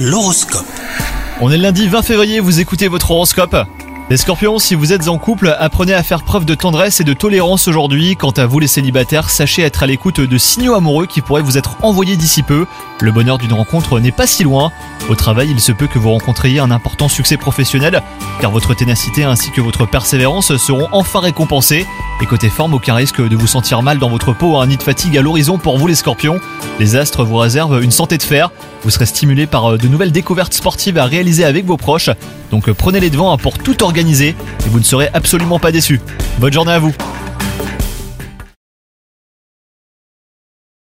L'horoscope. On est le lundi 20 février, vous écoutez votre horoscope. Les Scorpions, si vous êtes en couple, apprenez à faire preuve de tendresse et de tolérance aujourd'hui. Quant à vous les célibataires, sachez être à l'écoute de signaux amoureux qui pourraient vous être envoyés d'ici peu. Le bonheur d'une rencontre n'est pas si loin. Au travail, il se peut que vous rencontriez un important succès professionnel, car votre ténacité ainsi que votre persévérance seront enfin récompensés. Et côté forme, aucun risque de vous sentir mal dans votre peau, un nid de fatigue à l'horizon pour vous les Scorpions. Les astres vous réservent une santé de fer. Vous serez stimulé par de nouvelles découvertes sportives à réaliser avec vos proches. Donc prenez les devants pour tout organiser et vous ne serez absolument pas déçus. Bonne journée à vous.